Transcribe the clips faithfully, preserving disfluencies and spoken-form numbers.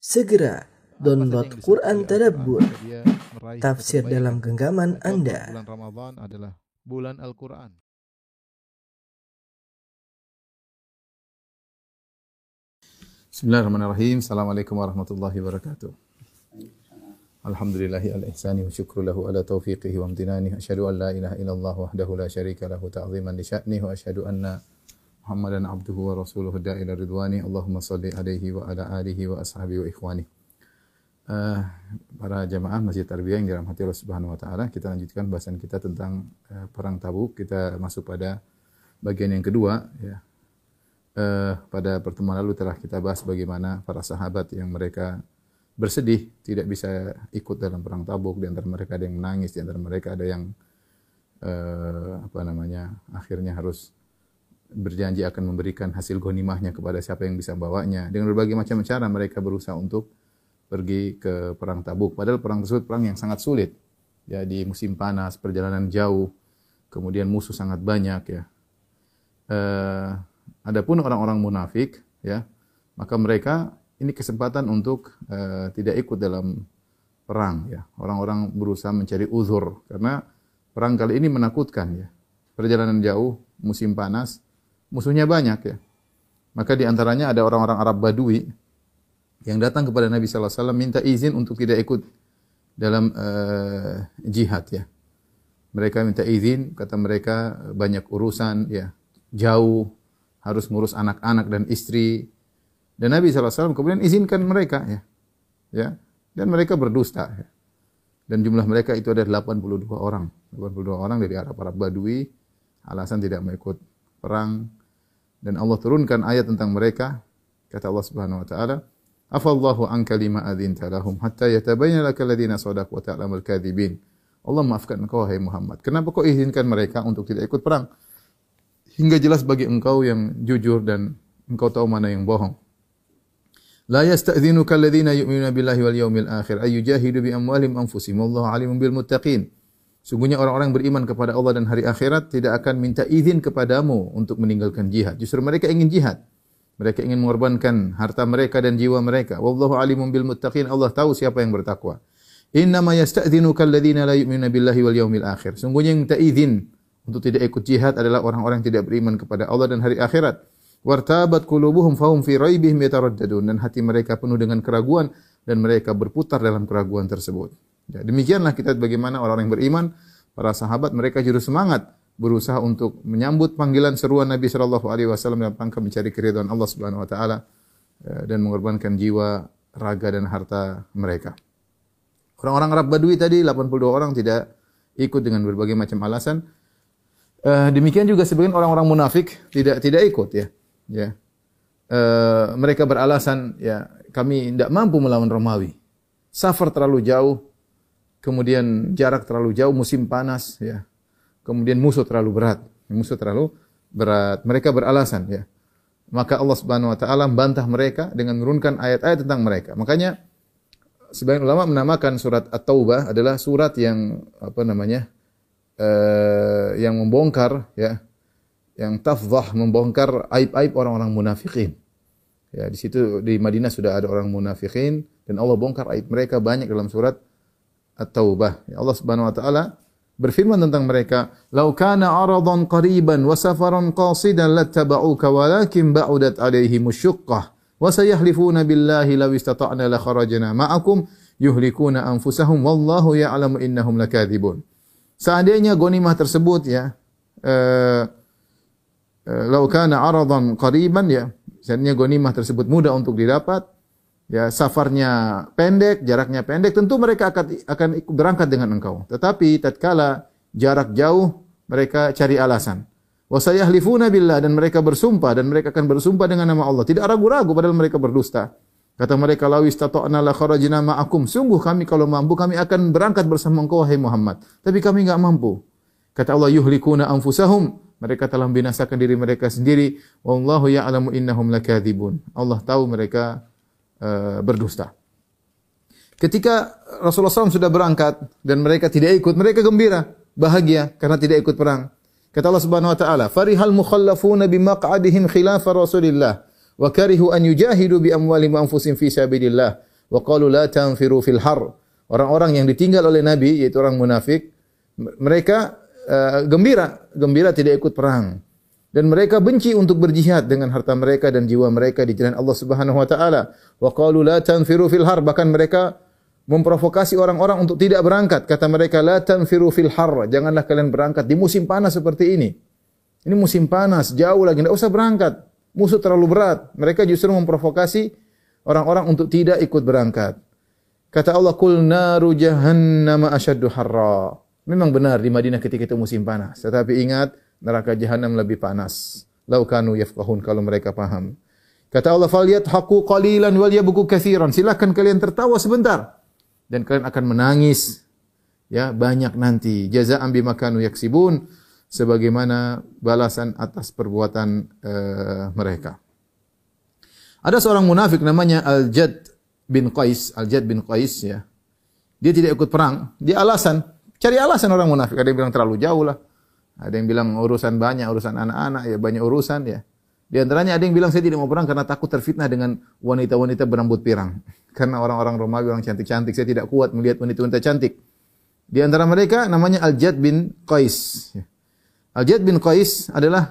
Segera download Quran Tadabbur, tafsir dalam genggaman Anda. Bulan Ramadan adalah bulan Al-Quran. Bismillahirrahmanirrahim. Assalamualaikum warahmatullahi wabarakatuh. Alhamdulillahi al-ihsani wa syukru lahu ala taufiqihi wa amtinani. Asyhadu an la ilaha illallah wahdahu la syarika lahu ta'ziman li sya'nihi wa asyhadu anna Muhammadan abduhu wa rasuluhu da'ila ridwani. Allahumma salli alaihi wa ala alihi wa ashabihi wa ikhwani. Uh, para jamaah Masjid Tarbiyah yang dirahmati Allah Subhanahu wa taala, kita lanjutkan bahasan kita tentang uh, perang Tabuk. Kita masuk pada bagian yang kedua, ya. Uh, pada pertemuan lalu telah kita bahas bagaimana para sahabat yang mereka bersedih tidak bisa ikut dalam perang Tabuk. Di antara mereka ada yang menangis, di antara mereka ada yang uh, apa namanya akhirnya harus berjanji akan memberikan hasil ghanimahnya kepada siapa yang bisa bawanya. Dengan berbagai macam cara mereka berusaha untuk pergi ke perang Tabuk. Padahal perang tersebut perang yang sangat sulit. Ya, di musim panas, perjalanan jauh, kemudian musuh sangat banyak, ya. Uh, adapun orang-orang munafik, ya, maka mereka ini kesempatan untuk uh, tidak ikut dalam perang, ya. Orang-orang berusaha mencari uzur karena perang kali ini menakutkan, ya. Perjalanan jauh, musim panas, musuhnya banyak, ya. Maka di antaranya ada orang-orang Arab Badui yang datang kepada Nabi sallallahu alaihi wasallam minta izin untuk tidak ikut dalam uh, jihad, ya. Mereka minta izin, kata mereka banyak urusan, ya, jauh, harus ngurus anak-anak dan istri. Dan Nabi sallallahu alaihi wasallam kemudian izinkan mereka, ya. Ya. Dan mereka berdusta, ya. Dan jumlah mereka itu ada delapan puluh dua orang. delapan puluh dua orang dari Arab-Arab Badui, alasan tidak mau ikut perang. Dan Allah turunkan ayat tentang mereka. Kata Allah Subhanahu wa taala, "Afallahu anka lima adzinta lahum hatta yatabayyana lakal ladzina shadaqu wa ta'lamul kadzibin." Allah maafkan engkau wahai Muhammad. Kenapa kau izinkan mereka untuk tidak ikut perang? Hingga jelas bagi engkau yang jujur dan engkau tahu mana yang bohong. La yasta'dzinuka alladzina yu'minuna billahi wal yawmil akhir ay yujahidu bi amwalihim anfusihim wallahu alimun bil muttaqin. Sungguhnya orang-orang beriman kepada Allah dan hari akhirat tidak akan minta izin kepadamu untuk meninggalkan jihad. Justru mereka ingin jihad. Mereka ingin mengorbankan harta mereka dan jiwa mereka. Wallahu alimun bil muttaqin. Allah tahu siapa yang bertakwa. Innama yasta'dzinuka alladzina la yu'minuna billahi wal yawmil akhir. Sungguhnya yang minta izin untuk tidak ikut jihad adalah orang-orang yang tidak beriman kepada Allah dan hari akhirat. Wartabat qulubuhum fahum fi raibihim yataraddadun. Dan hati mereka penuh dengan keraguan dan mereka berputar dalam keraguan tersebut. Ya, demikianlah kita bagaimana orang-orang yang beriman, para sahabat mereka justru semangat berusaha untuk menyambut panggilan seruan Nabi sallallahu alaihi wasallam dalam rangka mencari keridhaan Allah Subhanahu wa taala dan mengorbankan jiwa, raga dan harta mereka. Orang-orang Arab Badui tadi delapan puluh dua orang tidak ikut dengan berbagai macam alasan. Uh, demikian juga sebagian orang-orang munafik tidak tidak ikut, ya. Ya. Uh, mereka beralasan, ya, kami tidak mampu melawan Romawi. Safar terlalu jauh, kemudian jarak terlalu jauh, musim panas, ya. Kemudian musuh terlalu berat. Musuh terlalu berat. Mereka beralasan, ya. Maka Allah Subhanahu wa taala membantah mereka dengan menurunkan ayat-ayat tentang mereka. Makanya sebagian ulama menamakan surat At-Taubah adalah surat yang apa namanya? Uh, yang membongkar, ya, yang tafdhah, membongkar aib-aib orang-orang munafikin. Ya, di situ di Madinah sudah ada orang munafikin dan Allah bongkar aib mereka banyak dalam surat At-Taubah. Ya, Allah Subhanahu wa taala berfirman tentang mereka, "Lau kana 'aradan qariban wa safaran qasidan lattaba'uka walakin ba'udat 'alaihim asy-shuqqah wa sayahlifuna billahi law istata'na la kharajna ma'akum yuhlikuna anfusahum wallahu ya'lamu innahum lakadzibun." Seandainya ghanimah tersebut, ya, eh, eh, lau kana 'aradan qariban, ya, seandainya ghanimah tersebut mudah untuk didapat, ya, safarnya pendek, jaraknya pendek, tentu mereka akan akan berangkat dengan engkau. Tetapi tatkala jarak jauh, mereka cari alasan. Wa sayahlifuna billah, dan mereka bersumpah dan mereka akan bersumpah dengan nama Allah. Tidak ragu-ragu padahal mereka berdusta. Kata mereka, "Law istata'na la kharajna ma'akum." Sungguh kami kalau mampu kami akan berangkat bersama engkau wahai Muhammad. Tapi kami enggak mampu. Kata Allah, "Yuhlikuna anfusahum." Mereka telah membinasakan diri mereka sendiri. Wallahu ya'lamu innahum lakadzibun. Allah tahu mereka Uh, berdusta. Ketika Rasulullah shallallahu alaihi wasallam sudah berangkat dan mereka tidak ikut, mereka gembira, bahagia karena tidak ikut perang. Kata Allah Subhanahu wa taala, "Farihal mukhallafuna bimaq'adihim khilafa Rasulillah wa karihu an yujahidu bi amwalihim wa anfusihim fi sabilillah Wa qalu la tanfiru fil har. Orang-orang yang ditinggal oleh Nabi, yaitu orang munafik, mereka uh, gembira, gembira tidak ikut perang. Dan mereka benci untuk berjihad dengan harta mereka dan jiwa mereka di jalan Allah Subhanahu wa taala. Wa qalu la tanfiru fil har, bahkan mereka memprovokasi orang-orang untuk tidak berangkat. Kata mereka, la tanfiru fil har, janganlah kalian berangkat di musim panas seperti ini. Ini musim panas, jauh lagi, tidak usah berangkat. Musuh terlalu berat. Mereka justru memprovokasi orang-orang untuk tidak ikut berangkat. Kata Allah, kul naru jahannam asyaddu harra. Memang benar di Madinah ketika itu musim panas. Tetapi ingat, neraka jahanam lebih panas. Lau kanu yafqahun, kalau mereka paham. Kata Allah, falyadhaku qalilan wal yabku katsiran. Silakan kalian tertawa sebentar dan kalian akan menangis ya banyak nanti. Jazaa'an bima kanu yaksibun, sebagaimana balasan atas perbuatan uh, mereka. Ada seorang munafik namanya Al-Jad bin Qais, Al-Jad bin Qais ya. Dia tidak ikut perang, dia alasan, cari alasan orang munafik. Ada yang bilang terlalu jauh lah. Ada yang bilang urusan banyak, urusan anak-anak ya, banyak urusan ya. Di antaranya ada yang bilang saya tidak mau perang karena takut terfitnah dengan wanita-wanita berambut pirang. Karena orang-orang Romawi orang cantik-cantik, saya tidak kuat melihat wanita-wanita cantik. Di antara mereka namanya Al-Jad bin Qais. Al-Jad bin Qais adalah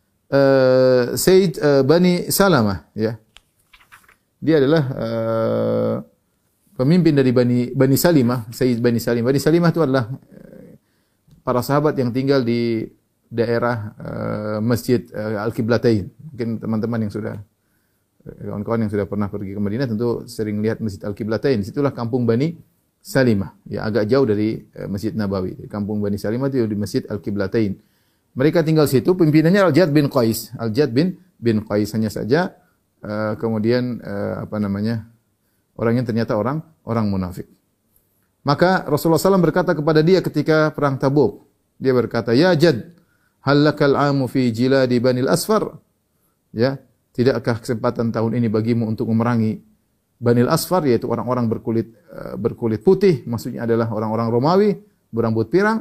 uh, Sayyid uh, Bani Salamah ya. Dia adalah uh, pemimpin dari Bani Bani Salimah, Sayyid Bani Salimah. Bani Salimah itu adalah uh, para sahabat yang tinggal di daerah uh, Masjid uh, Al-Qiblatain. Mungkin teman-teman yang sudah kawan-kawan yang sudah pernah pergi ke Madinah tentu sering lihat Masjid Al-Qiblatain. Situlah kampung Bani Salimah. Ya agak jauh dari uh, Masjid Nabawi. Kampung Bani Salimah itu di Masjid Al-Qiblatain. Mereka tinggal situ, pimpinannya Al-Jad bin Qais. Al-Jad bin bin Qais hanya saja uh, kemudian uh, apa namanya? Orangnya ternyata orang orang munafik. Maka Rasulullah shallallahu alaihi wasallam berkata kepada dia ketika perang Tabuk. Dia berkata, "Ya Jad, hal lakal amu fi jiladi Banil Asfar?" Ya, tidakkah kesempatan tahun ini bagimu untuk memerangi Banil Asfar, yaitu orang-orang berkulit uh, berkulit putih, maksudnya adalah orang-orang Romawi berambut pirang.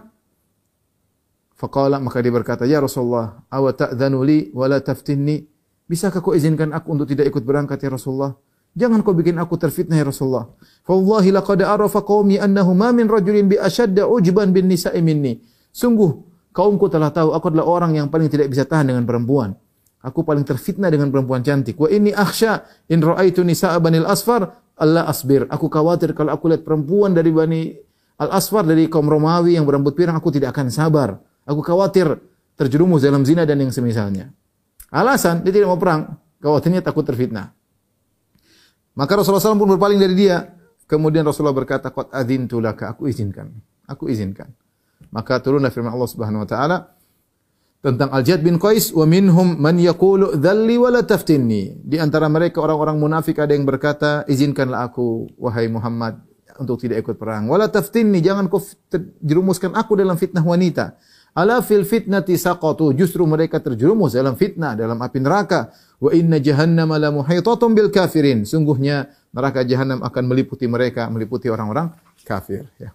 Faqala, maka dia berkata, "Ya Rasulullah, awa ta'dhanu li wa la taftinni?" Bisakah kau izinkan aku untuk tidak ikut berangkat ya Rasulullah? Jangan kau bikin aku terfitnah ya Rasulullah. Fa wallahi laqad arafa qaumi annahu ma min rajulin bi ashadda ujban bin nisa'i minni. Sungguh kaumku telah tahu aku adalah orang yang paling tidak bisa tahan dengan perempuan. Aku paling terfitnah dengan perempuan cantik. Wa inni akhsha in ra'aitu nisa'a Banil Asfar alla asbir. Aku khawatir kalau aku lihat perempuan dari Bani Al-Asfar, dari kaum Romawi yang berambut pirang, aku tidak akan sabar. Aku khawatir terjerumus dalam zina dan yang semisalnya. Alasan dia tidak mau perang, khawatirnya takut terfitnah. Maka Rasulullah shallallahu alaihi wasallam pun berpaling dari dia. Kemudian Rasulullah berkata, "Qad adzintu laka," aku izinkan. Aku izinkan. Maka turunlah firman Allah Subhanahu wa taala tentang Al-Jad bin Qais, "Wa minhum man yaqulu dhalli wa la taftinni." Di antara mereka orang-orang munafik ada yang berkata, "Izinkanlah aku wahai Muhammad untuk tidak ikut perang. Wa la taftinni, jangan kau jerumuskan aku dalam fitnah wanita." Ala fil fitnati saqatu, justru mereka terjerumus dalam fitnah, dalam api neraka. Wa inna jahannama la muhitatun bil kafirin. Sungguhnya neraka jahanam akan meliputi mereka, meliputi orang-orang kafir ya.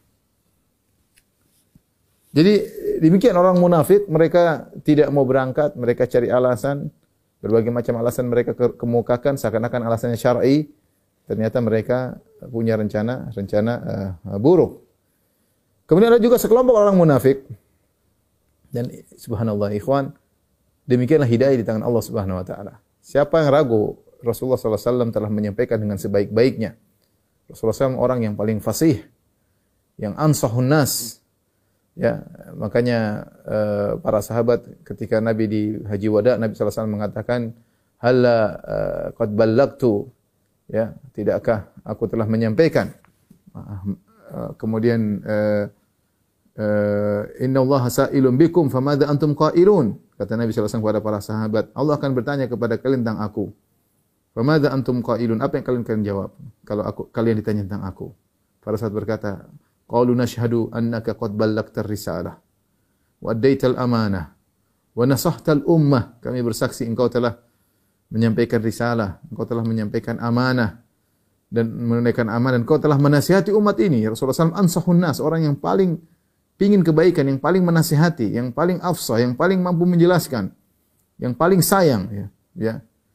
Jadi demikian orang munafik, mereka tidak mau berangkat, mereka cari alasan, berbagai macam alasan mereka kemukakan seakan-akan alasannya syar'i. Ternyata mereka punya rencana, rencana uh, buruk. Kemudian ada juga sekelompok orang munafik. Dan subhanallah ikhwan, demikianlah hidayah di tangan Allah Subhanahu wa taala. Siapa yang ragu, Rasulullah sallallahu alaihi wasallam telah menyampaikan dengan sebaik-baiknya. Rasulullah sallallahu alaihi wasallam orang yang paling fasih, yang ansahun nas. Ya, makanya uh, para sahabat ketika Nabi di Haji Wada, Nabi sallallahu alaihi wasallam mengatakan, "Halla uh, qad ballagtu?" Ya, tidakkah aku telah menyampaikan? Uh, kemudian uh, Uh, Inna Allah sa'ilun bikum famadha antum qailun. Kata Nabi sallallahu alaihi wasallam kepada para sahabat, Allah akan bertanya kepada kalian tentang aku. Famadha antum qailun, apa yang kalian kalian jawab kalau aku kalian ditanya tentang aku? Para sahabat berkata, qalu nashhadu annaka qad ballagtar risalah wa addaital amanah wa nasahtal ummah. Kami bersaksi engkau telah menyampaikan risalah, engkau telah menyampaikan amanah dan menunaikan amanah, dan engkau telah menasihati umat ini. Rasulullah sallallahu alaihi wasallam ansahun nas, orang yang paling pingin kebaikan, yang paling menasihati, yang paling afsah, yang paling mampu menjelaskan, yang paling sayang ya, ya.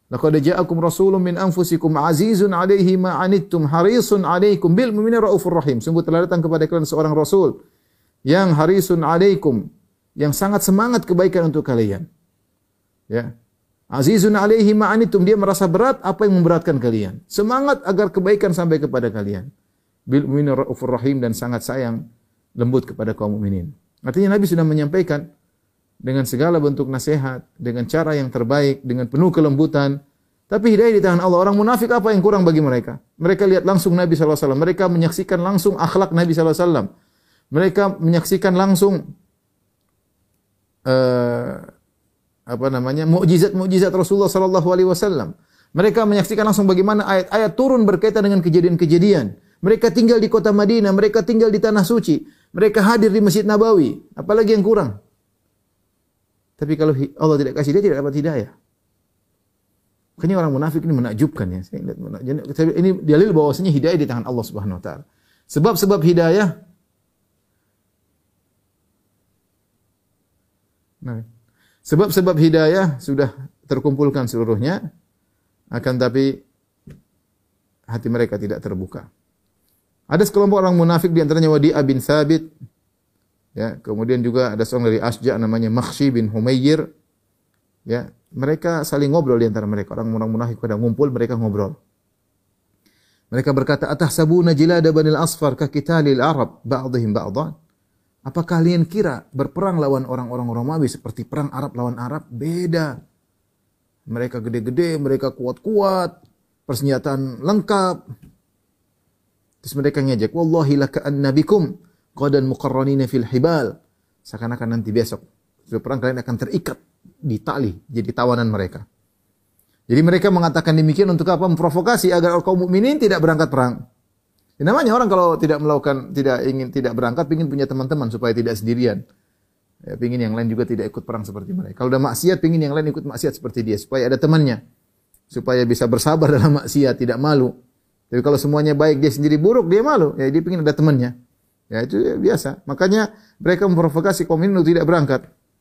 Laqad ja'akum rasulun min anfusikum azizun 'alaihi ma 'anittum harisun 'alaikum bil mu'minina raufur rahim. Sungguh telah datang kepada kalian seorang rasul yang harisun 'alaikum, yang sangat semangat kebaikan untuk kalian. Ya. Azizun 'alaihi ma 'anittum, dia merasa berat apa yang memberatkan kalian. Semangat agar kebaikan sampai kepada kalian. Bil mu'minina raufur rahim, dan sangat sayang lembut kepada kaum mukminin. Artinya Nabi sudah menyampaikan dengan segala bentuk nasihat, dengan cara yang terbaik, dengan penuh kelembutan. Tapi hidayah di tangan Allah. Orang munafik apa yang kurang bagi mereka? Mereka lihat langsung Nabi shallallahu alaihi wasallam. Mereka menyaksikan langsung akhlak Nabi shallallahu alaihi wasallam. Mereka menyaksikan langsung uh, apa namanya mukjizat-mukjizat Rasulullah shallallahu alaihi wasallam. Mereka menyaksikan langsung bagaimana ayat-ayat turun berkaitan dengan kejadian-kejadian. Mereka tinggal di kota Madinah, mereka tinggal di tanah suci, mereka hadir di Masjid Nabawi. Apalagi yang kurang? Tapi kalau Allah tidak kasih, dia tidak dapat hidayah. Makanya orang munafik ini menakjubkan ya. Saya lihat menakjubkan. Ini dalil bahwasanya hidayah di tangan Allah Subhanahu wa taala. Sebab-sebab hidayah Nah, sebab-sebab hidayah sudah terkumpulkan seluruhnya, akan tapi hati mereka tidak terbuka. Ada sekelompok orang munafik di antaranya Wadi'ah bin Thabit. Ya, kemudian juga ada seorang dari Asja namanya Makhshi bin Humayyir. Ya, mereka saling ngobrol di antara mereka. Orang-orang munafik pada ngumpul, mereka ngobrol. Mereka berkata, "Atahsabuna jilada Banil Asfar ka qitalil Arab ba'dihim ba'dhan?" Apa kalian kira berperang lawan orang-orang Romawi seperti perang Arab lawan Arab? Beda. Mereka gede-gede, mereka kuat-kuat, persenjataan lengkap. Terus mereka ngejek, "Wallahi laka'anna bikum qadan muqarranina fil hibal." Seakan-akan nanti besok sebelum perang kalian akan terikat di tali, jadi tawanan mereka. Jadi mereka mengatakan demikian untuk apa? Memprovokasi agar kaum mukminin tidak berangkat perang. Ya, namanya orang kalau tidak melakukan, tidak ingin tidak berangkat, ingin punya teman-teman supaya tidak sendirian. Ya, pingin yang lain juga tidak ikut perang seperti mereka. Kalau udah maksiat, pingin yang lain ikut maksiat seperti dia supaya ada temannya, supaya bisa bersabar dalam maksiat, tidak malu. Tapi kalau semuanya baik, dia sendiri buruk, dia malu. Ya, dia pingin ada temannya. Ya, itu ya, biasa. Makanya mereka memprovokasi kaum ini untuk tidak berangkat.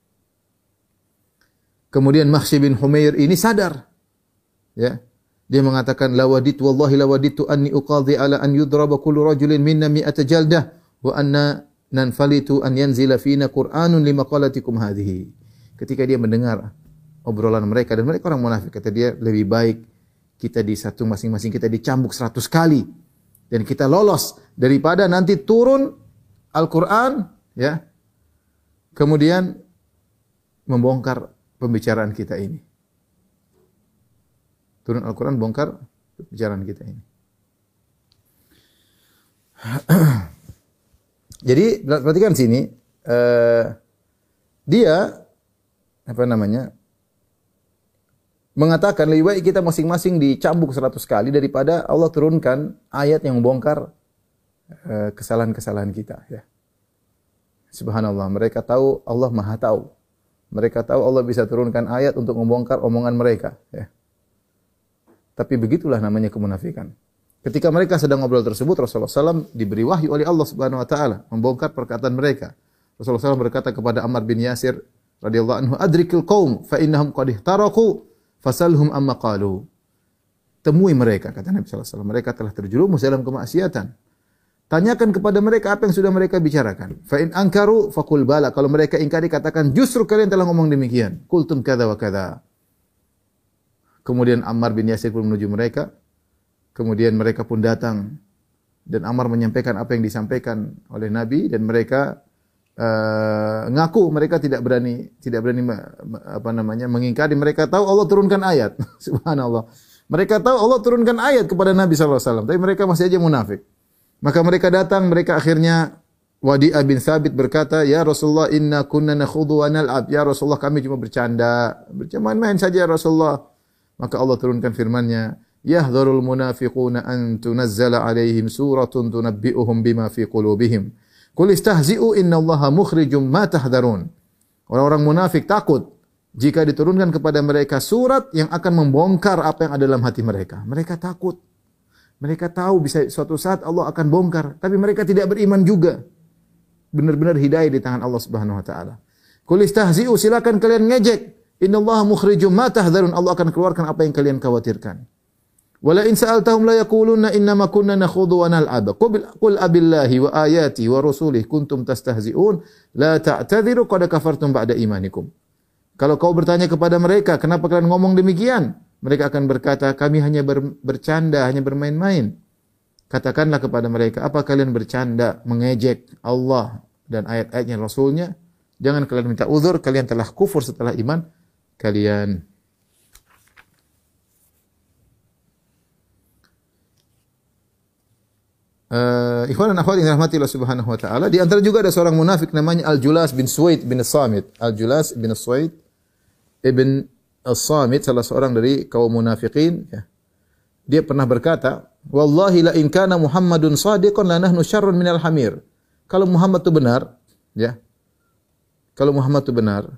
Kemudian Makhshi bin Humair ini sadar. Ya. Dia mengatakan, "Lawadit wallahi lawaditu anni uqadhi ala an yudraba kullu rajulin minna mi'ata jaldah wa anna nanfalitu an yanzila fina Qur'anun lima qalatikum hadhihi." Ketika dia mendengar obrolan mereka, dan mereka orang munafik, kata dia, lebih baik kita di satu masing-masing kita dicambuk seratus kali dan kita lolos daripada nanti turun Al-Qur'an, ya, kemudian membongkar pembicaraan kita ini. Turun Al-Quran, bongkar pembicaraan kita ini. Jadi, perhatikan sini, uh, dia, apa namanya, mengatakan lebih baik kita masing-masing dicambuk seratus kali daripada Allah turunkan ayat yang membongkar uh, kesalahan-kesalahan kita. Ya. Subhanallah, mereka tahu Allah Maha tahu. Mereka tahu Allah bisa turunkan ayat untuk membongkar omongan mereka. Ya. Tapi begitulah namanya kemunafikan. Ketika mereka sedang ngobrol tersebut, Rasulullah shallallahu alaihi wasallam diberi wahyu oleh Allah Subhanahu Wa Taala membongkar perkataan mereka. Rasulullah shallallahu alaihi wasallam berkata kepada Ammar bin Yasir radhiyallahu anhu, "Adrikil qaum fa innahum qad ihtaraku fasalhum amma qalu." Temui mereka, kata Nabi shallallahu alaihi wasallam, mereka telah terjerumus dalam kemaksiatan. Tanyakan kepada mereka apa yang sudah mereka bicarakan. Fa in ankaru faqul bala. Kalau mereka ingkari, katakan justru kalian telah ngomong demikian. Qultum kadza wa kadza. Kemudian Ammar bin Yasir pun menuju mereka. Kemudian mereka pun datang. Dan Ammar menyampaikan apa yang disampaikan oleh Nabi. Dan mereka uh, ngaku mereka tidak berani tidak berani apa namanya mengingkari. Mereka tahu Allah turunkan ayat. Subhanallah. Mereka tahu Allah turunkan ayat kepada Nabi shallallahu alaihi wasallam. Tapi mereka masih aja munafik. Maka mereka datang. Mereka akhirnya Wadi'ah bin Thabit berkata, "Ya Rasulullah, inna kunna nakhudhu wa nal'ab." Ya Rasulullah, kami cuma bercanda. Bermain-main saja ya Rasulullah. Maka Allah turunkan firman-Nya, "Yahdharul munafiquna an tunazzala 'alaihim suratun tunabbi'uhum bima fi qulubihim. Qul istahzi'u innallaha mukhrijum ma tahdharun." Orang-orang munafik takut jika diturunkan kepada mereka surat yang akan membongkar apa yang ada dalam hati mereka. Mereka takut. Mereka tahu bisa suatu saat Allah akan bongkar, tapi mereka tidak beriman juga. Benar-benar hidayah di tangan Allah Subhanahu wa taala. Qul istahzi'u, silakan kalian ngejek. Innallaha mukhrijum ma tahdharun. Allah akan keluarkan apa yang kalian khawatirkan. Wala in sa'altahum la yaquluna innama kunna nakhudhu wa nal'ab. Qul abillahi wa ayati wa rusulihi kuntum tastahzi'un la ta'tadhiru qad kafartum ba'da imanikum. Kalau kau bertanya kepada mereka, kenapa kalian ngomong demikian? Mereka akan berkata, kami hanya ber, bercanda, hanya bermain-main. Katakanlah kepada mereka, apa kalian bercanda, mengejek Allah dan ayat-ayatnya Rasulnya? Jangan kalian minta uzur, kalian telah kufur setelah iman kalian. Uh, ikhwan dan akhwat yang dirahmati Allah Subhanahu wa taala, di antara juga ada seorang munafik namanya Al-Julas bin Suwaid bin Samit. Al-Julas bin Suwaid ibn As-Samit, salah seorang dari kaum munafikin, ya. Dia pernah berkata, "Wallahi la in kana Muhammadun shadiqan la nahnu syarrun minal hamir." Kalau Muhammad itu benar, ya. Kalau Muhammad itu benar,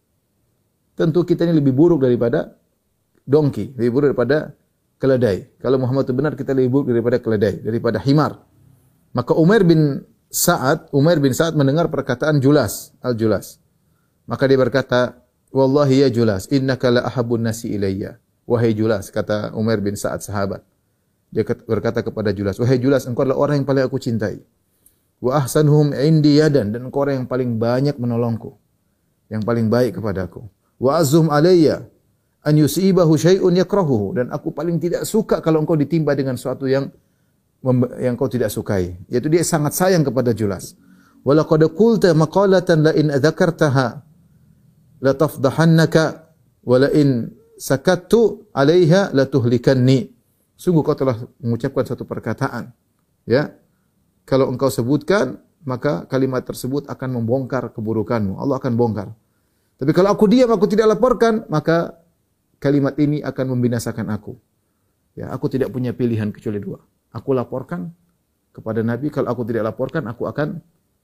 tentu kita ini lebih buruk daripada dongki, lebih buruk daripada keledai. Kalau Muhammad itu benar, kita lebih buruk daripada keledai, daripada himar. Maka Umair bin Sa'ad, Umair bin Sa'ad mendengar perkataan Julas, Al-Julas. Maka dia berkata, "Wallahi ya Julas, innaka la ahabbun nasi ilayya." Wahai Julas, kata Umair bin Sa'ad sahabat. Dia berkata kepada Julas, "Wahai Julas, engkau adalah orang yang paling aku cintai. Wa ahsanuhum indi yadan, dan engkau orang yang paling banyak menolongku, yang paling baik kepadaku. Wa azum alayya an yusibahu syai'un yakrahuhu, dan aku paling tidak suka kalau engkau ditimpa dengan sesuatu yang yang kau tidak sukai." Yaitu dia sangat sayang kepada Julas. "Wa laqad qulta maqalatan la in adzakartaha la tafdahannaka wa la in sakattu 'alaiha la tuhlikanni." Sungguh kau telah mengucapkan satu perkataan, ya. Kalau engkau sebutkan, maka kalimat tersebut akan membongkar keburukanmu. Allah akan bongkar. Tapi kalau aku diam, aku tidak laporkan, maka kalimat ini akan membinasakan aku. Ya, aku tidak punya pilihan kecuali dua. Aku laporkan kepada Nabi, kalau aku tidak laporkan, aku akan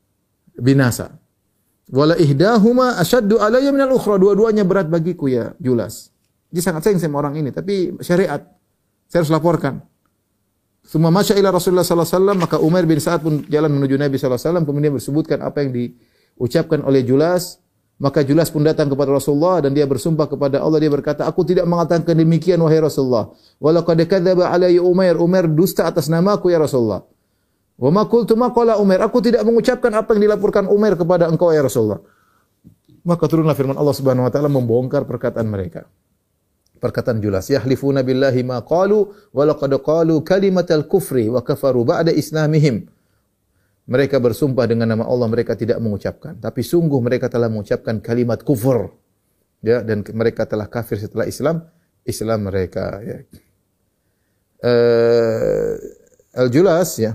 binasa. Wala ihdahuma asyaddu alayya minal ukhra. Dua-duanya berat bagiku ya Julas. Dia sangat sayang sama orang ini, tapi syariat saya harus laporkan. Summa masya ila Rasulullah sallallahu alaihi wasallam, maka Umair bin Sa'ad pun jalan menuju Nabi sallallahu alaihi wasallam, kemudian bersebutkan apa yang diucapkan oleh Julas. Maka Julas pun datang kepada Rasulullah dan dia bersumpah kepada Allah, dia berkata, "Aku tidak mengatakan demikian wahai Rasulullah. Wa laqad kadzdzaba alayya Umair, Umair dusta atas namaku ya Rasulullah. Wa ma qultu ma qala Umair, aku tidak mengucapkan apa yang dilaporkan Umair kepada engkau ya Rasulullah." Maka turunlah firman Allah Subhanahu wa taala membongkar perkataan mereka. Perkataan Julas, "Yahlifuna billahi ma qalu wa laqad qalu kalimatal kufri wa kafaru ba'da islamihim." Mereka bersumpah dengan nama Allah, mereka tidak mengucapkan, tapi sungguh mereka telah mengucapkan kalimat kufur. Ya, dan mereka telah kafir setelah Islam, Islam mereka, ya. Uh, Al-Julas, ya.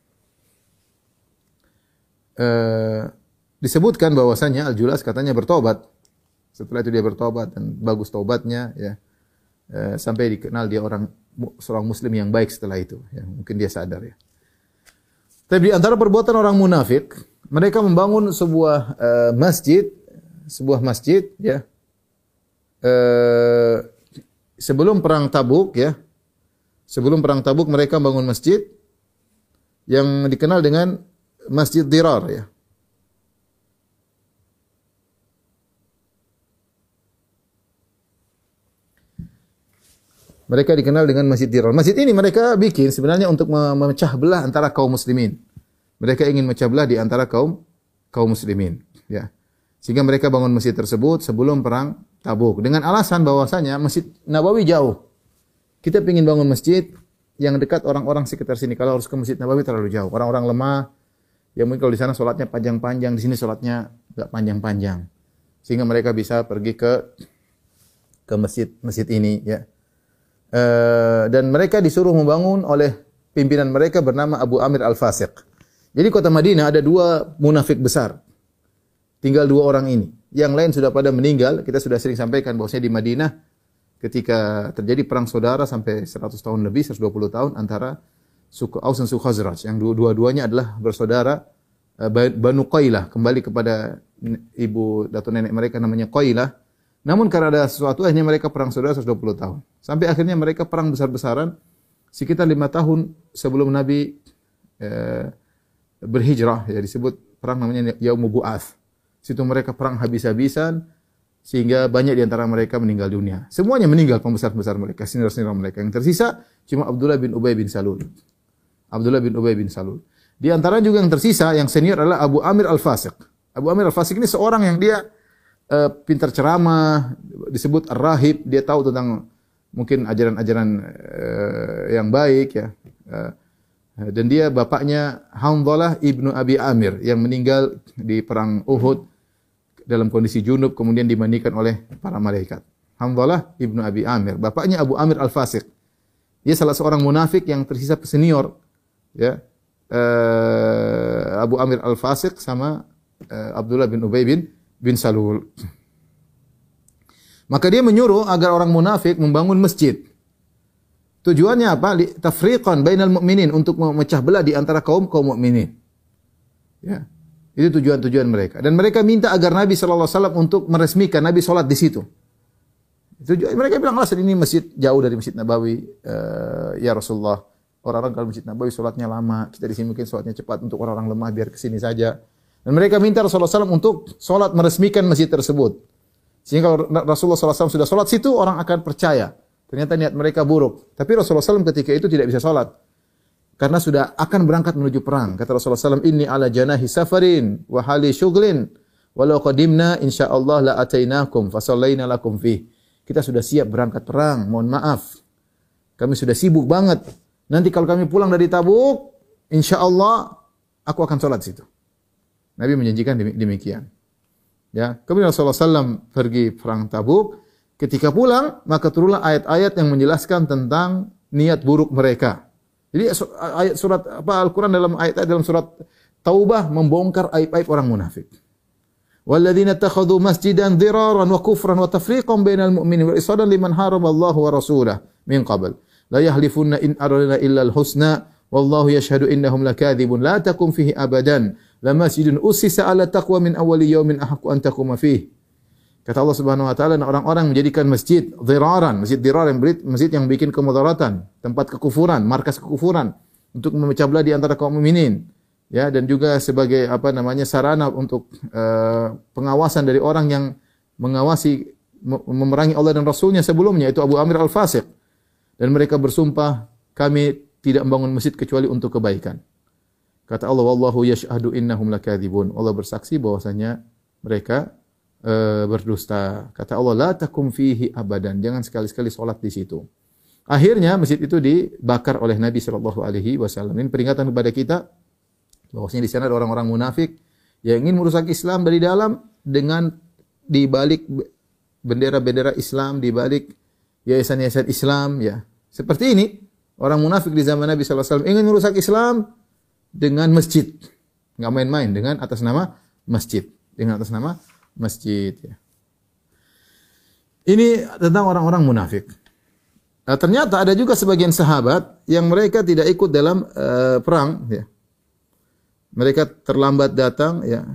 Uh, disebutkan bahwasanya Al-Julas katanya bertobat. Setelah itu dia bertobat dan bagus taubatnya, ya. Uh, sampai dikenal dia orang seorang muslim yang baik setelah itu, ya. Mungkin dia sadar, ya. Tapi di antara perbuatan orang munafik, mereka membangun sebuah uh, masjid, sebuah masjid, ya. Uh, sebelum perang Tabuk, ya. Sebelum perang Tabuk mereka membangun masjid yang dikenal dengan Masjid Dirar, ya. Mereka dikenal dengan Masjid Dirar. Masjid ini mereka bikin sebenarnya untuk memecah belah antara kaum muslimin. Mereka ingin memecah belah di antara kaum kaum muslimin, ya. Sehingga mereka bangun masjid tersebut sebelum perang Tabuk dengan alasan bahwasanya Masjid Nabawi jauh. Kita ingin bangun masjid yang dekat orang-orang sekitar sini. Kalau harus ke Masjid Nabawi terlalu jauh. Orang-orang lemah, ya mungkin kalau di sana salatnya panjang-panjang, di sini salatnya enggak panjang-panjang. Sehingga mereka bisa pergi ke ke masjid masjid ini, ya. Uh, dan mereka disuruh membangun oleh pimpinan mereka bernama Abu Amir Al-Fasiq. Jadi kota Madinah ada dua munafik besar. Tinggal dua orang ini. Yang lain sudah pada meninggal. Kita sudah sering sampaikan bahwasanya di Madinah ketika terjadi perang saudara sampai seratus tahun lebih, seratus dua puluh tahun antara suku Aus dan suku Khazraj. Yang dua-duanya adalah bersaudara, uh, Banu Qailah, kembali kepada ibu atau nenek mereka namanya Qailah. Namun karena ada sesuatu akhirnya mereka perang saudara seratus dua puluh tahun. Sampai akhirnya mereka perang besar-besaran sekitar lima tahun sebelum Nabi eh, berhijrah, ya disebut perang namanya Yaumul Bu'ats. Situ mereka perang habis-habisan sehingga banyak di antara mereka meninggal dunia. Semuanya meninggal, pembesar-pembesar mereka, senior-senior mereka. Yang tersisa cuma Abdullah bin Ubay bin Salul. Abdullah bin Ubay bin Salul. Di antara juga yang tersisa, yang senior adalah Abu Amir Al-Fasiq. Abu Amir Al-Fasiq ini seorang yang dia uh, pintar ceramah, disebut Ar-Rahib, dia tahu tentang mungkin ajaran-ajaran uh, yang baik ya. Uh, dan dia bapaknya Hanzalah ibnu Abi Amir yang meninggal di perang Uhud dalam kondisi junub kemudian dimandikan oleh para malaikat. Hanzalah ibnu Abi Amir, bapaknya Abu Amir Al-Fasiq. Dia salah seorang munafik yang tersisa senior ya. Uh, Abu Amir Al-Fasiq sama uh, Abdullah bin Ubay bin bin Salul. Maka dia menyuruh agar orang munafik membangun masjid. Tujuannya apa? Tafriqan bainal mu'minin, untuk memecah belah di antara kaum kaum mukminin. Ya. Itu tujuan-tujuan mereka. Dan mereka minta agar Nabi sallallahu alaihi wasallam untuk meresmikan Nabi salat di situ. Tujuan mereka bilang, "Alasan ini masjid jauh dari Masjid Nabawi, uh, ya Rasulullah. Orang-orang kalau Masjid Nabawi salatnya lama, kita di sini mungkin salatnya cepat, untuk orang-orang lemah biar ke sini saja." Dan mereka minta Rasulullah sallallahu alaihi wasallam untuk salat meresmikan masjid tersebut. Sehingga kalau Rasulullah sallallahu alaihi wasallam sudah salat situ, orang akan percaya. Ternyata niat mereka buruk. Tapi Rasulullah sallallahu alaihi wasallam ketika itu tidak bisa salat. Karena sudah akan berangkat menuju perang. Kata Rasulullah sallallahu alaihi wasallam, "Inni ala janahi safarin wa hali syughlin. Walau qadimna insyaallah la atainakum fa sallaina lakum fih." Kita sudah siap berangkat perang. Mohon maaf. Kami sudah sibuk banget. Nanti kalau kami pulang dari Tabuk, insyaallah aku akan salat situ. Nabi menjanjikan demikian. Ya, kemudian Rasulullah sallallahu alaihi wasallam pergi perang Tabuk. Ketika pulang, maka turunlah ayat-ayat yang menjelaskan tentang niat buruk mereka. Jadi ayat surat apa Al-Qur'an dalam ayat-ayat dalam surat Taubah membongkar aib-aib orang munafik. Walladzina takhadhu masjidan dhiraran wa kufran wa tafriqan bainal mu'minin wa isadan liman haraballahu wa rasulahu min qabl. La yahlifunna in aradna illa al-husna wallahu yashhadu innahum lakadzibun la takum fihi abadan. La masjidun ussisa ala taqwa min awwali yawmin ahaqqu an taquma fihi. Kata Allah Subhanahu wa taala, orang-orang menjadikan masjid dhiraran, masjid dhirar yang berit, masjid yang bikin kemudaratan, tempat kekufuran, markas kekufuran untuk memecah belah di antara kaum mukminin. Ya, dan juga sebagai apa namanya sarana untuk uh, pengawasan dari orang yang mengawasi memerangi Allah dan Rasulnya sebelumnya, itu Abu Amir Al-Fasiq. Dan mereka bersumpah, kami tidak membangun masjid kecuali untuk kebaikan. Kata Allah, wallahu yashhadu innahum lakadzibun. Allah bersaksi bahwasanya mereka Uh, berdusta. Kata Allah, la takum fihi abadan. Jangan sekali-sekali salat di situ. Akhirnya masjid itu dibakar oleh Nabi sallallahu alaihi wasallam. Ini peringatan kepada kita bahwasanya di sana ada orang-orang munafik yang ingin merusak Islam dari dalam dengan dibalik bendera-bendera Islam, dibalik yayasan-yayasan Islam ya. Seperti ini, orang munafik di zaman Nabi sallallahu alaihi wasallam ingin merusak Islam dengan masjid. Enggak main-main, dengan atas nama masjid, dengan atas nama masjid ya. Ini tentang orang-orang munafik. Nah, ternyata ada juga sebagian sahabat yang mereka tidak ikut dalam uh, perang ya. Mereka terlambat datang ya.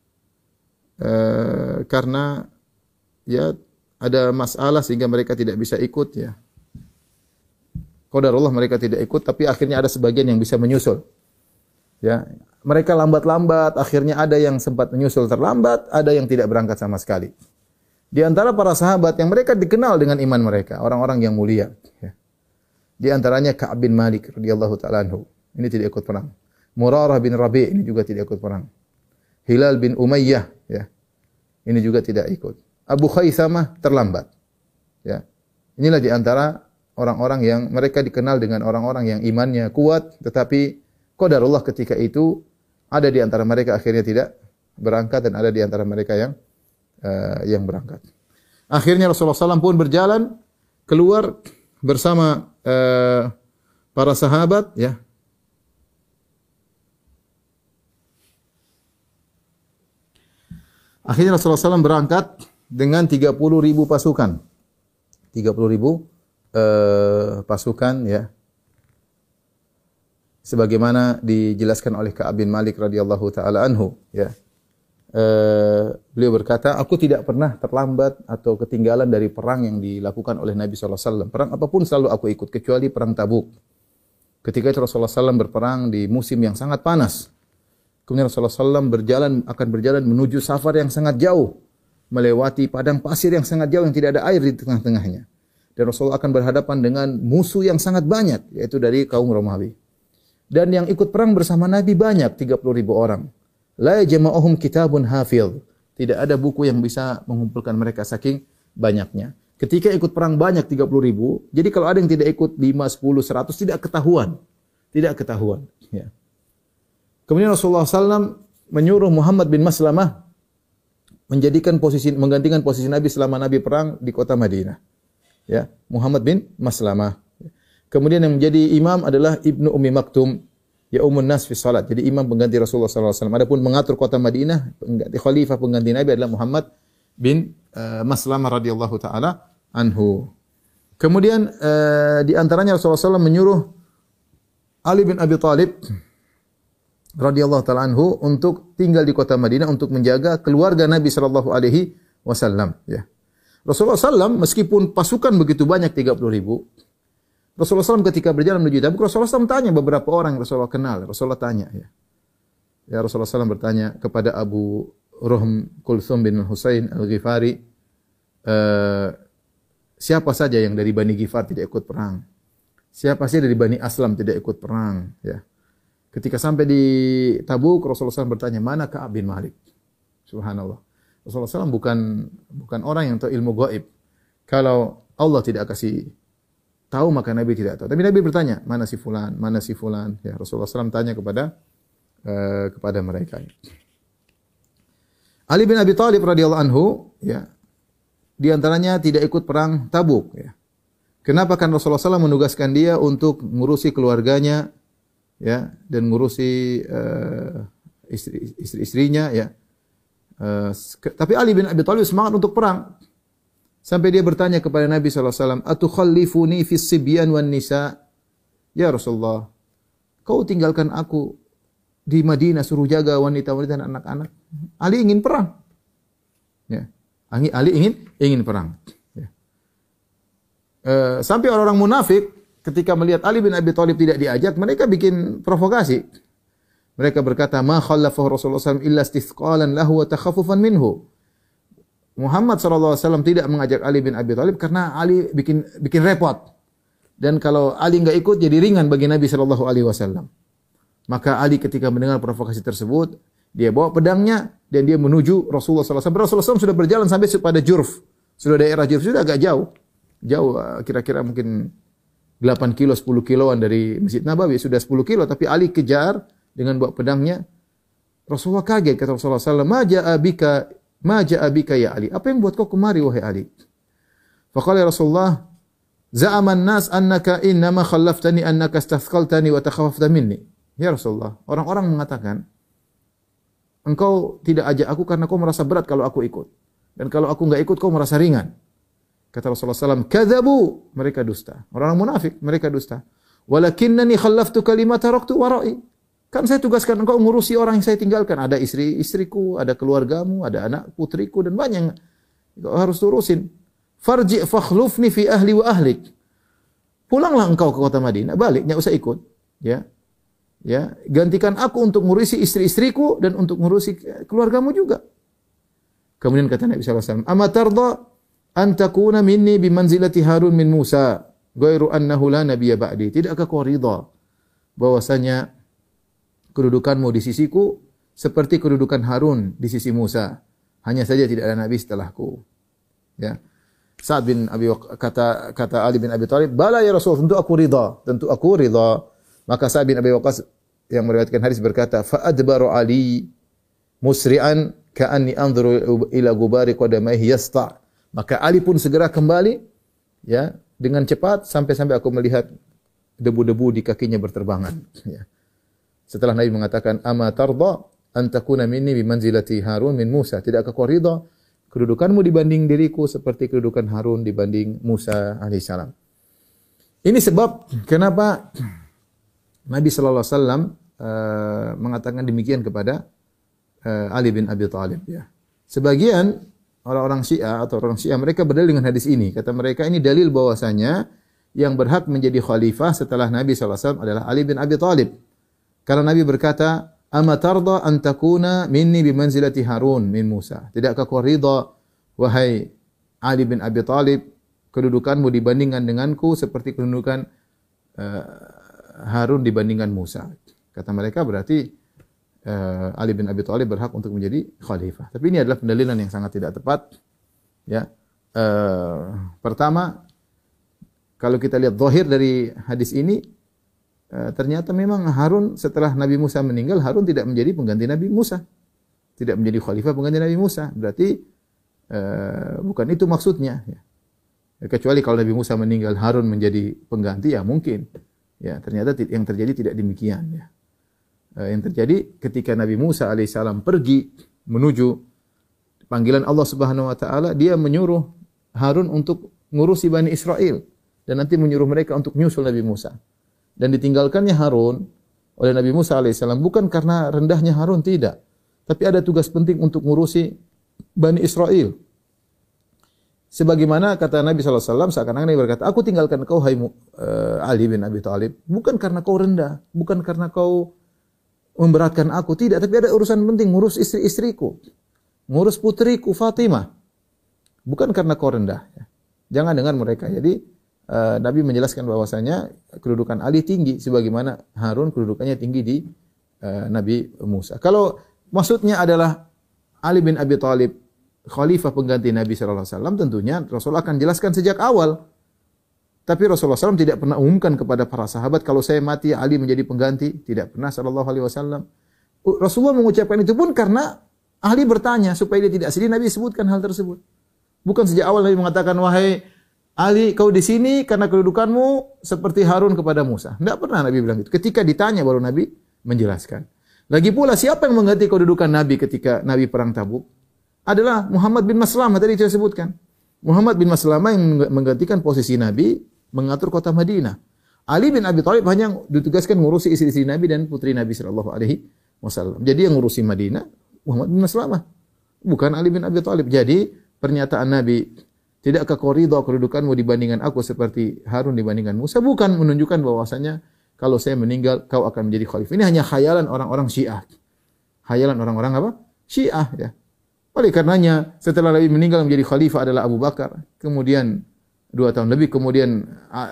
Uh, karena ya ada masalah sehingga mereka tidak bisa ikut ya. Qadarullah mereka tidak ikut, tapi akhirnya ada sebagian yang bisa menyusul. Ya, mereka lambat-lambat, akhirnya ada yang sempat menyusul terlambat, ada yang tidak berangkat sama sekali. Di antara para sahabat yang mereka dikenal dengan iman mereka, orang-orang yang mulia. Ya. Di antaranya Ka'ab bin Malik radhiyallahu ta'ala anhu. Ini tidak ikut perang. Murarah bin Rabi' ini juga tidak ikut perang. Hilal bin Umayyah, ya. Ini juga tidak ikut. Abu Khaisamah terlambat. Ya. Inilah di antara orang-orang yang mereka dikenal dengan orang-orang yang imannya kuat, tetapi qadarullah ketika itu ada di antara mereka akhirnya tidak berangkat dan ada di antara mereka yang uh, yang berangkat. Akhirnya Rasulullah sallallahu alaihi wasallam pun berjalan keluar bersama uh, para sahabat ya. Akhirnya Rasulullah sallallahu alaihi wasallam berangkat dengan tiga puluh ribu pasukan. tiga puluh ribu uh, pasukan ya. Sebagaimana dijelaskan oleh Ka'ab bin Malik radhiyallahu taala anhu ya. Uh, beliau berkata, aku tidak pernah terlambat atau ketinggalan dari perang yang dilakukan oleh Nabi sallallahu alaihi wasallam. Perang apapun selalu aku ikut kecuali perang Tabuk. Ketika itu Rasulullah sallallahu alaihi wasallam berperang di musim yang sangat panas. Kemudian Rasulullah sallallahu alaihi wasallam berjalan akan berjalan menuju safar yang sangat jauh. melewati padang pasir yang sangat jauh yang tidak ada air di tengah-tengahnya. Dan Rasulullah akan berhadapan dengan musuh yang sangat banyak, yaitu dari kaum Romawi. Dan yang ikut perang bersama Nabi banyak, tiga puluh ribu orang. La jama'uhum kitabun hafidh. Tidak ada buku yang bisa mengumpulkan mereka saking banyaknya. Ketika ikut perang banyak tiga puluh ribu, jadi kalau ada yang tidak ikut lima, sepuluh, seratus tidak ketahuan. Tidak ketahuan. Ya. Kemudian Rasulullah shallallahu alaihi wasallam menyuruh Muhammad bin Maslamah menjadikan posisi menggantikan posisi Nabi selama Nabi perang di kota Madinah. Ya, Muhammad bin Maslamah. Kemudian yang menjadi imam adalah Ibnu Ummi Maktum, ya umun nas fi salat. Jadi imam pengganti Rasulullah sallallahu alaihi wasallam. Adapun mengatur kota Madinah, pengganti khalifah pengganti Nabi adalah Muhammad bin uh, Maslamah radhiyallahu taala anhu. Kemudian uh, di antaranya Rasulullah sallallahu alaihi wasallam menyuruh Ali bin Abi Thalib radhiyallahu taala anhu untuk tinggal di kota Madinah untuk menjaga keluarga Nabi sallallahu alaihi wasallam, ya. Rasulullah sallallahu alaihi wasallam meskipun pasukan begitu banyak tiga puluh ribu, Rasulullah sallallahu alaihi wasallam ketika berjalan menuju Tabuk, Rasulullah sallallahu alaihi wasallam tanya beberapa orang yang Rasulullah kenal. Rasulullah tanya, ya. Ya Rasulullah sallallahu alaihi wasallam bertanya kepada Abu Ruhm Kulthum bin Husain Al-Ghifari, uh, siapa saja yang dari Bani Ghifar tidak ikut perang? Siapa saja dari Bani Aslam tidak ikut perang, ya. Ketika sampai di Tabuk, Rasulullah sallallahu alaihi wasallam bertanya, mana Ka'ab bin Malik? Subhanallah. Rasulullah sallallahu alaihi wasallam bukan bukan orang yang tahu ilmu gaib. Kalau Allah tidak kasih tahu, maka Nabi tidak tahu. Tapi Nabi bertanya, mana si fulan, mana si fulan? Ya, Rasulullah sallallahu alaihi wasallam tanya kepada uh, kepada mereka. Ali bin Abi Thalib radhiyallahu anhu, ya, di antaranya tidak ikut perang Tabuk. Ya. Kenapa? Kan Rasulullah sallallahu alaihi wasallam menugaskan dia untuk ngurusi keluarganya, ya, dan ngurusi uh, istri, istri-istrinya, ya. Uh, tapi Ali bin Abi Thalib semangat untuk perang. Sampai dia bertanya kepada Nabi sallallahu alaihi wasallam, "Atukhallifuni fis sibyan wan nisa?" Ya Rasulullah, kau tinggalkan aku di Madinah suruh jaga wanita-wanita dan anak-anak. Ali ingin perang. Ya. Ali ingin ingin perang. Ya. Uh, sampai orang-orang munafik ketika melihat Ali bin Abi Thalib tidak diajak, mereka bikin provokasi. Mereka berkata, "Ma khallafahu Rasulullah sallallahu alaihi wasallam illa istithqalan lahu wa takhaffufan minhu." Muhammad sallallahu alaihi wasallam tidak mengajak Ali bin Abi Thalib karena Ali bikin bikin repot. Dan kalau Ali enggak ikut jadi ringan bagi Nabi sallallahu alaihi wasallam. Maka Ali ketika mendengar provokasi tersebut, dia bawa pedangnya dan dia menuju Rasulullah sallallahu alaihi wasallam. Rasulullah sallallahu alaihi wasallam sudah berjalan sampai pada Jurf. Sudah daerah Jurf, sudah agak jauh. Jauh kira-kira mungkin delapan kilo, sepuluh kiloan dari Masjid Nabawi, sudah sepuluh kilo, tapi Ali kejar dengan bawa pedangnya. Rasulullah kaget, kata Rasulullah sallallahu alaihi wasallam, "Ma ja'a bika, ma ja'a bika ya Ali?" Apa yang buat kau kemari wahai Ali? Faqala ya Rasulullah, "Za'ama an-nas annaka innama khallaftani annaka istathqaltani wa takhaffafta minni." Ya Rasulullah, orang-orang mengatakan, engkau tidak ajak aku karena kau merasa berat kalau aku ikut. Dan kalau aku enggak ikut kau merasa ringan. Kata Rasulullah sallallahu alaihi wasallam, "Kadzabu." Mereka dusta. Orang-orang munafik, mereka dusta. "Walakinnani khallaftu kalimat taraktu wara'i." Kan saya tugaskan engkau ngurusi orang yang saya tinggalkan. Ada istri-istriku, ada keluargamu, ada anak putriku, dan banyak yang engkau harus urusin. "Farji' fakhlufni fi ahli wa ahlik." Pulanglah engkau ke kota Madinah, balik, enggak usah ikut. Ya. Ya, gantikan aku untuk ngurusi istri-istriku dan untuk ngurusi keluargamu juga. Kemudian kata Nabi sallallahu alaihi wasallam, "Ama tarda an takuna minni bi manzilati Harun min Musa, ghairu annahu la nabiyya ba'di." Tidakkah kau ridha bahwasanya kedudukanmu di sisiku seperti kedudukan Harun di sisi Musa, hanya saja tidak ada nabi setelahku. Ya. Sa'ad bin Abi Waqqas, kata kata Ali bin Abi Thalib, "Bala ya Rasul, tentu aku ridha, tentu aku ridha." Maka Sa'ad bin Abi Waqqas yang meriwayatkan hadis berkata, "Fa adbaru Ali musri'an ka'anni anzuru ila gubari qadamaihi yasta." Maka Ali pun segera kembali, ya, dengan cepat sampai-sampai aku melihat debu-debu di kakinya berterbangan, ya. Setelah Nabi mengatakan, "Ama tarda an takuna minni bi manzilati Harun min Musa?" Tidakkah kau ridha kedudukanmu dibanding diriku seperti kedudukan Harun dibanding Musa alaihissalam? Ini sebab kenapa Nabi sallallahu alaihi wasallam uh, mengatakan demikian kepada uh, Ali bin Abi Thalib, ya. Sebagian orang-orang Syiah atau orang Syiah mereka berdalil dengan hadis ini. Kata mereka ini dalil bahwasanya yang berhak menjadi khalifah setelah Nabi sallallahu alaihi wasallam adalah Ali bin Abi Thalib. Karena Nabi berkata, "Ama tarda an takuna minni bi manzilati Harun min Musa?" Tidakkah kau ridha wahai Ali bin Abi Thalib, kedudukanmu dibandingkan denganku seperti kedudukan uh, Harun dibandingkan Musa. Kata mereka berarti uh, Ali bin Abi Thalib berhak untuk menjadi khalifah. Tapi ini adalah pendalilan yang sangat tidak tepat. Ya, uh, pertama, kalau kita lihat zahir dari hadis ini, uh, ternyata memang Harun setelah Nabi Musa meninggal, Harun tidak menjadi pengganti Nabi Musa, tidak menjadi khalifah pengganti Nabi Musa. Berarti uh, bukan itu maksudnya. Ya. Kecuali kalau Nabi Musa meninggal, Harun menjadi pengganti, ya mungkin. Ya, ternyata yang terjadi tidak demikian. Ya. Uh, yang terjadi ketika Nabi Musa alaihissalam pergi menuju panggilan Allah Subhanahu wa taala, dia menyuruh Harun untuk ngurusi Bani Israel dan nanti menyuruh mereka untuk menyusul Nabi Musa. Dan ditinggalkannya Harun oleh Nabi Musa alaihissalam bukan karena rendahnya Harun, tidak. Tapi ada tugas penting untuk ngurusi Bani Israel. Sebagaimana kata Nabi shallallahu alaihi wasallam, seakan-akan Nabi berkata, aku tinggalkan kau hai uh, Ali bin Abi Thalib, bukan karena kau rendah, bukan karena kau memberatkan aku, tidak. Tapi ada urusan penting, ngurus istri-istriku, ngurus putriku Fatimah, bukan karena kau rendah. Jangan dengar mereka. Jadi uh, Nabi menjelaskan bahwasanya kedudukan Ali tinggi, sebagaimana Harun kedudukannya tinggi di uh, Nabi Musa. Kalau maksudnya adalah Ali bin Abi Thalib khalifah pengganti Nabi shallallahu alaihi wasallam, tentunya Rasulullah akan jelaskan sejak awal. Tapi Rasulullah shallallahu alaihi wasallam tidak pernah umumkan kepada para sahabat, kalau saya mati Ali menjadi pengganti. Tidak pernah shallallahu alaihi wasallam. Rasulullah mengucapkan itu pun karena ahli bertanya, supaya dia tidak sedih. Nabi sebutkan hal tersebut. Bukan sejak awal Nabi mengatakan, wahai Ali, kau di sini karena kedudukanmu seperti Harun kepada Musa. Tidak pernah Nabi bilang itu. Ketika ditanya baru Nabi menjelaskan. Lagi pula siapa yang mengganti kedudukan Nabi ketika Nabi perang Tabuk? Adalah Muhammad bin Maslamah, tadi saya sebutkan. Muhammad bin Maslamah yang menggantikan posisi Nabi mengatur kota Madinah. Ali bin Abi Thalib hanya ditugaskan ngurusi istri-istri Nabi dan putri Nabi sallallahu alaihi wasallam. Jadi yang ngurusi Madinah Muhammad bin Maslamah, bukan Ali bin Abi Thalib. Jadi pernyataan Nabi, tidakkah kau ridha kedudukanmu dibandingkan aku seperti Harun dibandingkan Musa, bukan menunjukkan bahwasanya kalau saya meninggal kau akan menjadi khalifah. Ini hanya khayalan orang-orang Syiah. Khayalan orang-orang apa? Syiah, ya. Oleh karenanya setelah Nabi meninggal menjadi khalifah adalah Abu Bakar, kemudian dua tahun lebih, kemudian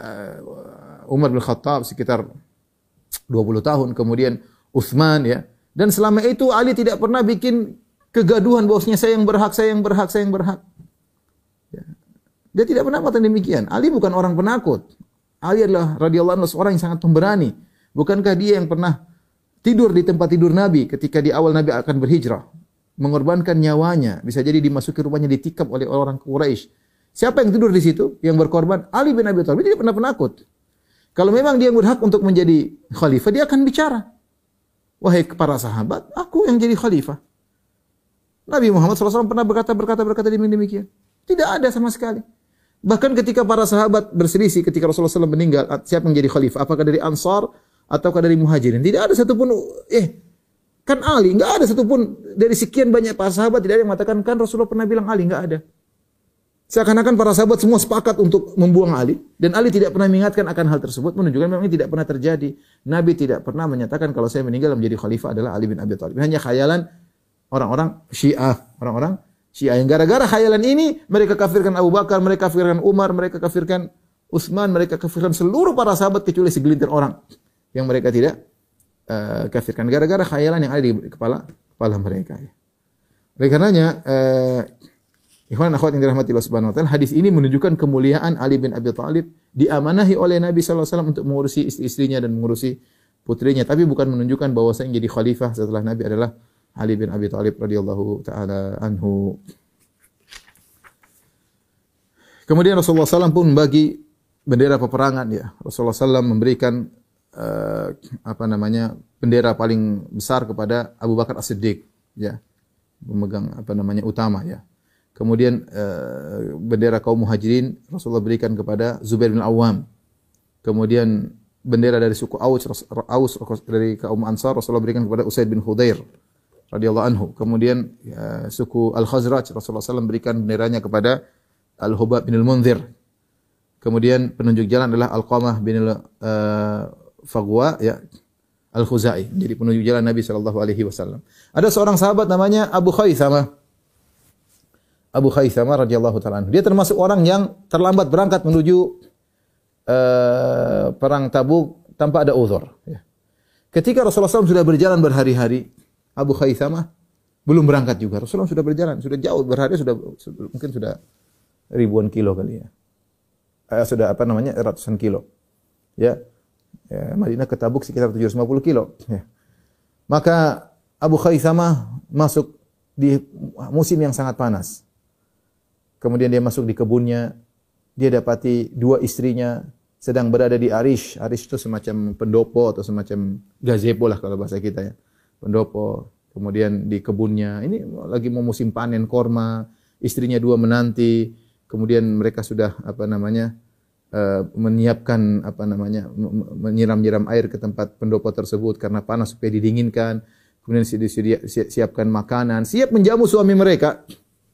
uh, Umar bin Khattab sekitar dua puluh tahun, kemudian Utsman, ya. Dan selama itu Ali tidak pernah bikin kegaduhan bahwasanya saya yang berhak, saya yang berhak, saya yang berhak. Ya. Dia tidak pernah mengatakan demikian. Ali bukan orang penakut. Ali adalah radhiyallahu anhu seorang yang sangat pemberani. Bukankah dia yang pernah tidur di tempat tidur Nabi ketika di awal Nabi akan berhijrah? Mengorbankan nyawanya, bisa jadi dimasuki rumahnya ditikam oleh orang Quraisy. Siapa yang tidur di situ? Yang berkorban? Ali bin Abi Thalib. Dia tidak pernah penakut. Kalau memang dia berhak untuk menjadi khalifah, dia akan bicara. Wahai para sahabat, aku yang jadi khalifah. Nabi Muhammad shallallahu alaihi wasallam pernah berkata, berkata, berkata demikian. Tidak ada sama sekali. Bahkan ketika para sahabat berselisih, ketika Rasulullah shallallahu alaihi wasallam meninggal, siapa yang jadi khalifah? Apakah dari Ansar ataukah dari Muhajirin? Tidak ada satupun, eh, kan Ali, enggak ada satupun dari sekian banyak para sahabat tidak ada yang mengatakan kan Rasulullah pernah bilang Ali, enggak ada. Seakan-akan para sahabat semua sepakat untuk membuang Ali dan Ali tidak pernah mengingatkan akan hal tersebut, menunjukkan memang ini tidak pernah terjadi. Nabi tidak pernah menyatakan kalau saya meninggal menjadi khalifah adalah Ali bin Abi Thalib. Hanya khayalan orang-orang Syiah, orang-orang Syiah yang gara-gara khayalan ini mereka kafirkan Abu Bakar, mereka kafirkan Umar, mereka kafirkan Utsman, mereka kafirkan seluruh para sahabat kecuali segelintir orang yang mereka tidak Uh, kafirkan gara-gara khayalan yang ada di kepala kepala mereka. Oleh karenanya, uh, ikhwan akhwat yang dirahmati Allah Subhanahu wa taala, hadis ini menunjukkan kemuliaan Ali bin Abi Thalib diamanahi oleh Nabi sallallahu alaihi wasallam untuk mengurusi istri-istrinya dan mengurusi putrinya, tapi bukan menunjukkan bahwa yang jadi khalifah setelah Nabi adalah Ali bin Abi Thalib radhiyallahu taala anhu. Kemudian Rasulullah sallallahu alaihi wasallam pun membagi bendera peperangan, ya. Rasulullah sallallahu alaihi wasallam memberikan Uh, apa namanya bendera paling besar kepada Abu Bakar As-Siddiq, ya, pemegang apa namanya utama, ya. Kemudian uh, bendera kaum Muhajirin Rasulullah berikan kepada Zubair bin Awam. Kemudian bendera dari suku Aus, Aus dari kaum Ansar Rasulullah berikan kepada Usaid bin Khudair radhiyallahu anhu. Kemudian ya, suku Al-Khazraj Rasulullah sallallahu alaihi wasallam berikan benderanya kepada Al-Hubab bin Al-Munzir. Kemudian penunjuk jalan adalah Al-Qamah bin al uh, Fagwa, ya, Al-Khuzai, jadi penunjuk jalan Nabi sallallahu alaihi wasallam. Ada seorang sahabat namanya Abu Khaythama. Abu Khaisamah radhiyallahu taala anhu. Dia termasuk orang yang terlambat berangkat menuju uh, perang Tabuk tanpa ada uzur. Ya. Ketika Rasulullah shallallahu alaihi wasallam sudah berjalan berhari-hari, Abu Khaisamah belum berangkat juga. Rasulullah sudah berjalan, sudah jauh berhari, sudah mungkin sudah ribuan kilo kali ya. Eh, sudah apa namanya ratusan kilo. Ya. Ya, Madinah ke Tabuk sekitar tujuh ratus lima puluh kilo. Ya. Maka Abu Khaisamah masuk di musim yang sangat panas. Kemudian dia masuk di kebunnya, dia dapati dua istrinya sedang berada di arish. Arish itu semacam pendopo atau semacam gazebo lah kalau bahasa kita ya. Pendopo. Kemudian di kebunnya, ini lagi mau musim panen korma, istrinya dua menanti. Kemudian mereka sudah apa namanya uh, menyiapkan apa namanya menyiram-nyiram air ke tempat pendopo tersebut karena panas supaya didinginkan. Kemudian siapkan makanan, siap menjamu suami mereka.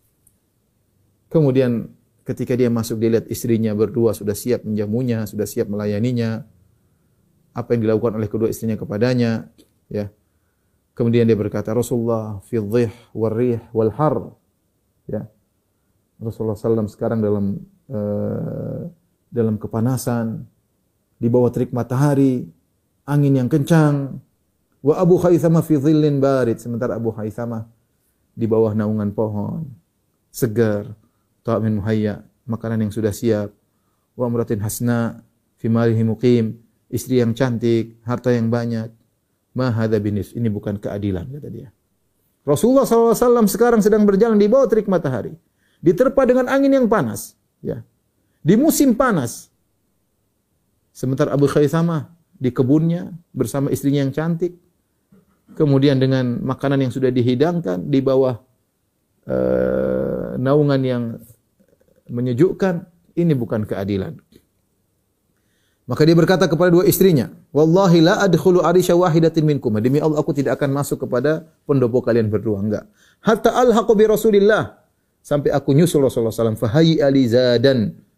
Kemudian ketika dia masuk, dia lihat istrinya berdua sudah siap menjamunya, sudah siap melayaninya. Apa yang dilakukan oleh kedua istrinya kepadanya, ya. Kemudian dia berkata, Rasulullah fi dhih wal rih wal har. Ya. Rasulullah sallallahu alaihi wasallam sekarang dalam uh, dalam kepanasan, di bawah terik matahari, angin yang kencang. Wa Abu Khaisamah fi dhillin barid, sementara Abu Khaisamah di bawah naungan pohon, segar. Ta'amin muhayya, makanan yang sudah siap. Wa amratin hasna fi malihi muqim, istri yang cantik, harta yang banyak. Ma hadza binis, ini bukan keadilan kata dia. Rasulullah sallallahu alaihi wasallam sekarang sedang berjalan di bawah terik matahari, diterpa dengan angin yang panas, ya. Di musim panas. Sementara Abu Khaisamah di kebunnya bersama istrinya yang cantik. Kemudian dengan makanan yang sudah dihidangkan di bawah Uh, naungan yang menyejukkan, ini bukan keadilan. Maka dia berkata kepada dua istrinya, wallahi la adkhulu arisha wahidatin minkum, demi Allah aku tidak akan masuk kepada pendopo kalian berdua, enggak. Hatta alhaqu bi Rasulillah, sampai aku nyusul Rasulullah sallallahu alaihi wasallam, fahayyi ali zadan,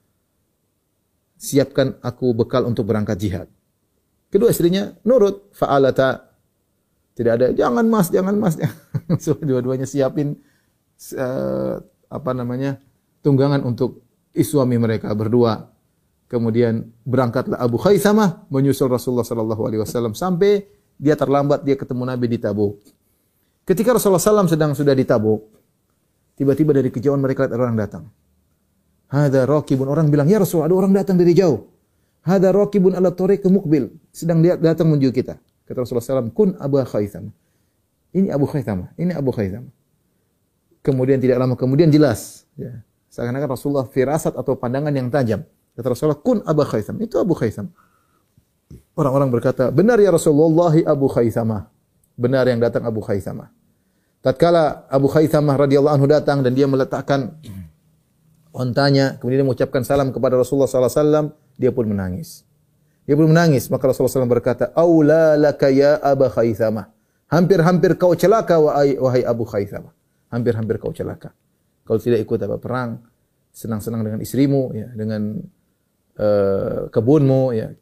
siapkan aku bekal untuk berangkat jihad. Kedua istrinya nurut, fa'alata, tidak ada jangan mas, jangan mas. So, dua-duanya siapin Uh, apa namanya tunggangan untuk suami mereka berdua. Kemudian berangkatlah Abu Khaisamah menyusul Rasulullah sallallahu alaihi wasallam sampai dia terlambat, dia ketemu Nabi di Tabuk. Ketika Rasulullah sallallahu alaihi wasallam sedang sudah di Tabuk, tiba-tiba dari kejauhan mereka lihat orang datang. Hadza raqibun, orang bilang, "Ya Rasul, ada orang datang dari jauh." Hadza raqibun ala tariq muqbil, sedang dia datang menuju kita. Kata Rasulullah sallallahu alaihi wasallam, "Kun Abu Khaisamah." Ini Abu Khaisamah, ini Abu Khaisamah. Kemudian tidak lama kemudian jelas, ya. Seakan-akan Rasulullah firasat atau pandangan yang tajam. Kata Rasulullah, "Kun Abu Khaisamah." Itu Abu Khaisamah. Orang-orang berkata, "Benar ya Rasulullah, Abu Khaisamah." Benar yang datang Abu Khaisamah. Tatkala Abu Khaisamah radhiyallahu anhu datang dan dia meletakkan ontanya, kemudian dia mengucapkan salam kepada Rasulullah sallallahu alaihi wasallam, dia pun menangis. Dia pun menangis, maka Rasulullah sallallahu alaihi wasallam berkata, "Aula laka ya Abu Khaisamah." Hampir-hampir kau celaka wahai Abu Khaisamah. Hampir-hampir kau celaka. Kalau tidak ikut apa perang, senang-senang dengan istrimu, ya, dengan uh, kebunmu, ya.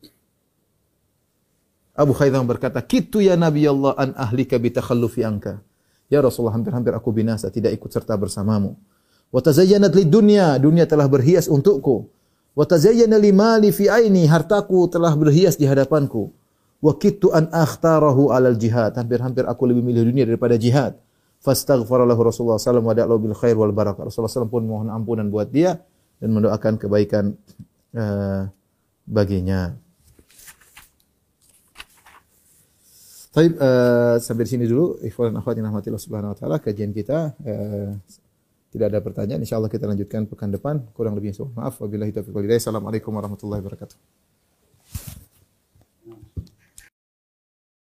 Abu Khaisamah berkata, "Kitu ya Nabi Allah an ahlika bi takhallufi anka." Ya Rasulullah, hampir-hampir aku binasa tidak ikut serta bersamamu. Wa tazayyanat lid dunya, dunia telah berhias untukku. Wa tazayyana li mali fi aini, hartaku telah berhias di hadapanku. Wa kitu an akhtarahu alal jihad, hampir-hampir aku lebih milih dunia daripada jihad. Fastaghfara lahu Rasulullah sallallahu alaihi wasallam wa da'alahu bil khair wal barakah. Rasulullah sallallahu alaihi wasallam pun mohon ampunan buat dia dan mendoakan kebaikan uh, baginya. Baik, uh, sampai di sini dulu ikhwan dan akhwat yang rahmatillah subhanahu wa taala kajian kita. Uh, tidak ada pertanyaan, insyaallah kita lanjutkan pekan depan. Kurang lebihnya mohon maaf. Wabillahi taufiq wal hidayah. Assalamualaikum warahmatullahi wabarakatuh.